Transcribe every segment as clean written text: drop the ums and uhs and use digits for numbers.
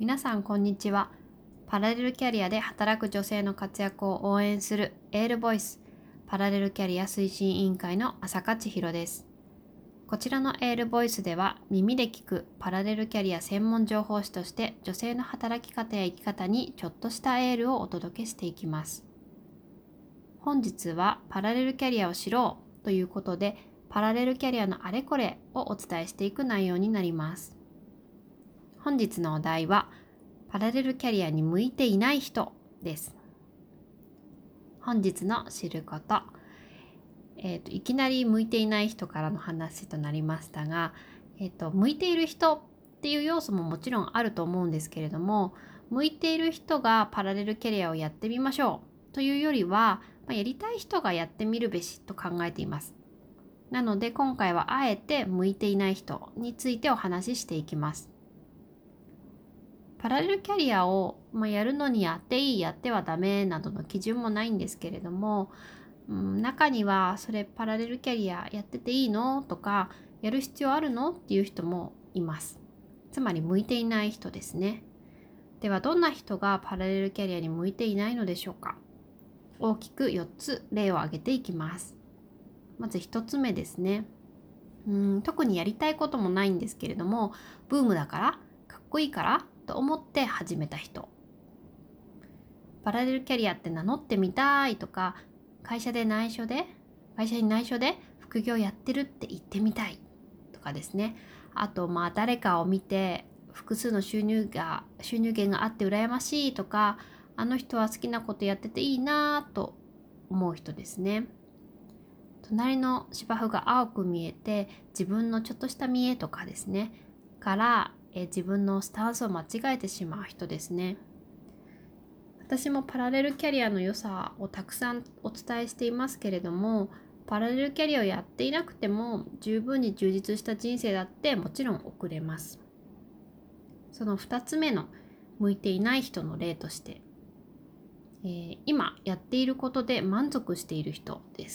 皆さんこんにちは。パラレルキャリアで働く女性の活躍を応援するエールボイスパラレルキャリア推進委員会の浅香千尋です。こちらのエールボイスでは耳で聞くパラレルキャリア専門情報誌として女性の働き方や生き方にちょっとしたエールをお届けしていきます。本日はパラレルキャリアを知ろうということでパラレルキャリアのあれこれをお伝えしていく内容になります。本日のお題はパラレルキャリアに向いていない人です。本日の知ること、いきなり向いていない人からの話となりましたが、向いている人っていう要素ももちろんあると思うんですけれども、向いている人がパラレルキャリアをやってみましょうというよりは、やりたい人がやってみるべしと考えています。なので今回はあえて向いていない人についてお話ししていきます。パラレルキャリアを、やるのにやっていい、やってはダメなどの基準もないんですけれども、中にはそれパラレルキャリアやってていいのとか、やる必要あるのっていう人もいます。つまり向いていない人ですね。ではどんな人がパラレルキャリアに向いていないのでしょうか。大きく4つ例を挙げていきます。まず1つ目ですね。特にやりたいこともないんですけれども、ブームだからかっこいいからと思って始めた人。パラレルキャリアって名乗ってみたいとか、会社に内緒で副業やってるって言ってみたいとかですね。あと誰かを見て複数の収入源があって羨ましいとか、あの人は好きなことやってていいなと思う人ですね。隣の芝生が青く見えて自分のちょっとした見栄とかですねから自分のスタンスを間違えてしまう人ですね。私もパラレルキャリアの良さをたくさんお伝えしていますけれども、パラレルキャリアをやっていなくても十分に充実した人生だってもちろん送れます。その2つ目の向いていない人の例として、今やっていることで満足している人です。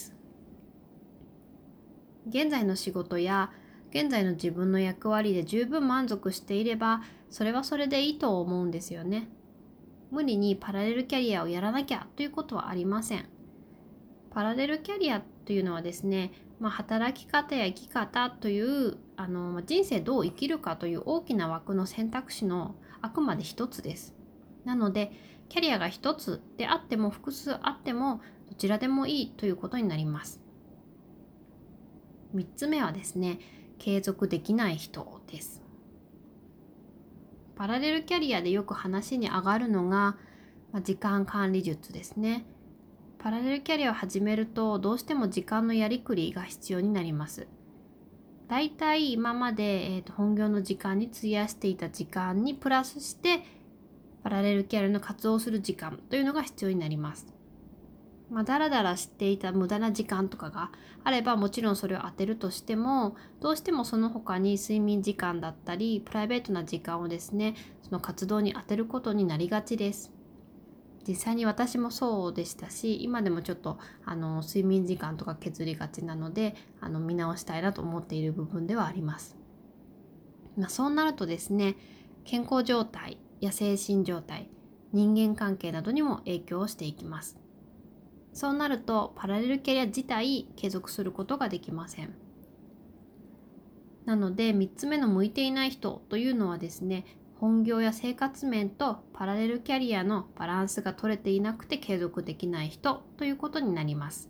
現在の仕事や現在の自分の役割で十分満足していれば、それはそれでいいと思うんですよね。無理にパラレルキャリアをやらなきゃということはありません。パラレルキャリアというのはですね、働き方や生き方という人生どう生きるかという大きな枠の選択肢のあくまで一つです。なのでキャリアが一つであっても複数あってもどちらでもいいということになります。3つ目はですね、継続できない人です。パラレルキャリアでよく話に上がるのが、時間管理術ですね。パラレルキャリアを始めるとどうしても時間のやりくりが必要になります。だいたい今まで、本業の時間に費やしていた時間にプラスしてパラレルキャリアの活動をする時間というのが必要になります。だらだらしていた無駄な時間とかがあればもちろんそれを当てるとしても、どうしてもその他に睡眠時間だったりプライベートな時間をですね、その活動に当てることになりがちです。実際に私もそうでしたし、今でもちょっと睡眠時間とか削りがちなので見直したいなと思っている部分ではあります。そうなるとですね、健康状態や精神状態、人間関係などにも影響をしていきます。そうなるとパラレルキャリア自体継続することができません。なので3つ目の向いていない人というのはですね、本業や生活面とパラレルキャリアのバランスが取れていなくて継続できない人ということになります。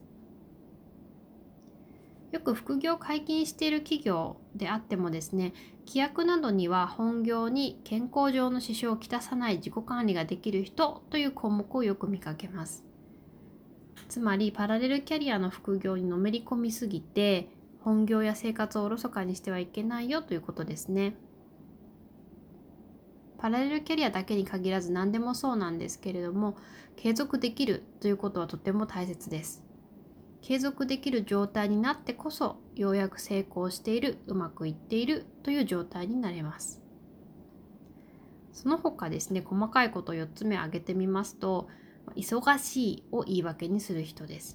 よく副業を解禁している企業であってもですね、規約などには本業に健康上の支障をきたさない自己管理ができる人という項目をよく見かけます。つまりパラレルキャリアの副業にのめり込みすぎて本業や生活をおろそかにしてはいけないよということですね。パラレルキャリアだけに限らず何でもそうなんですけれども、継続できるということはとても大切です。継続できる状態になってこそようやく成功している、うまくいっているという状態になれます。その他ですね、細かいことを4つ目挙げてみますと、忙しいを言い訳にする人です。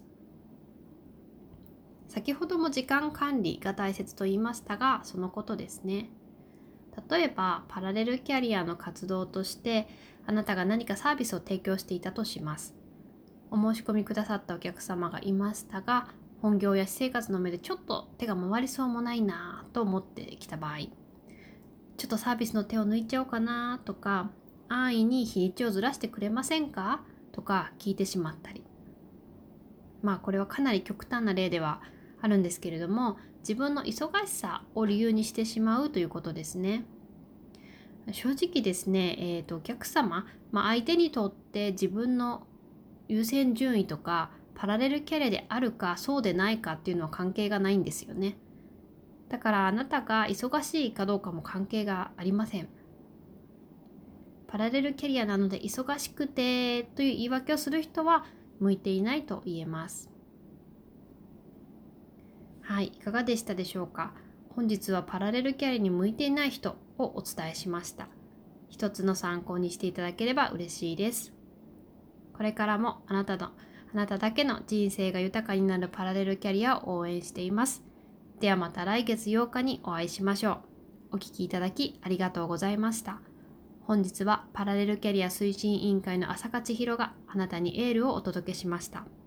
先ほども時間管理が大切と言いましたが、そのことですね。 例えばパラレルキャリアの活動としてあなたが何かサービスを提供していたとします。お申し込みくださったお客様がいましたが、本業や私生活の目でちょっと手が回りそうもないなと思ってきた場合、ちょっとサービスの手を抜いちゃおうかなとか、安易に日にちをずらしてくれませんかとか聞いてしまったり、これはかなり極端な例ではあるんですけれども、自分の忙しさを理由にしてしまうということですね。正直ですね、お客様、相手にとって自分の優先順位とかパラレルキャリアであるかそうでないかっていうのは関係がないんですよね。だからあなたが忙しいかどうかも関係がありません。パラレルキャリアなので忙しくてという言い訳をする人は向いていないと言えます。はい、いかがでしたでしょうか。本日はパラレルキャリアに向いていない人をお伝えしました。一つの参考にしていただければ嬉しいです。これからもあなただけの人生が豊かになるパラレルキャリアを応援しています。ではまた来月8日にお会いしましょう。お聞きいただきありがとうございました。本日はパラレルキャリア推進委員会の浅香千尋があなたにエールをお届けしました。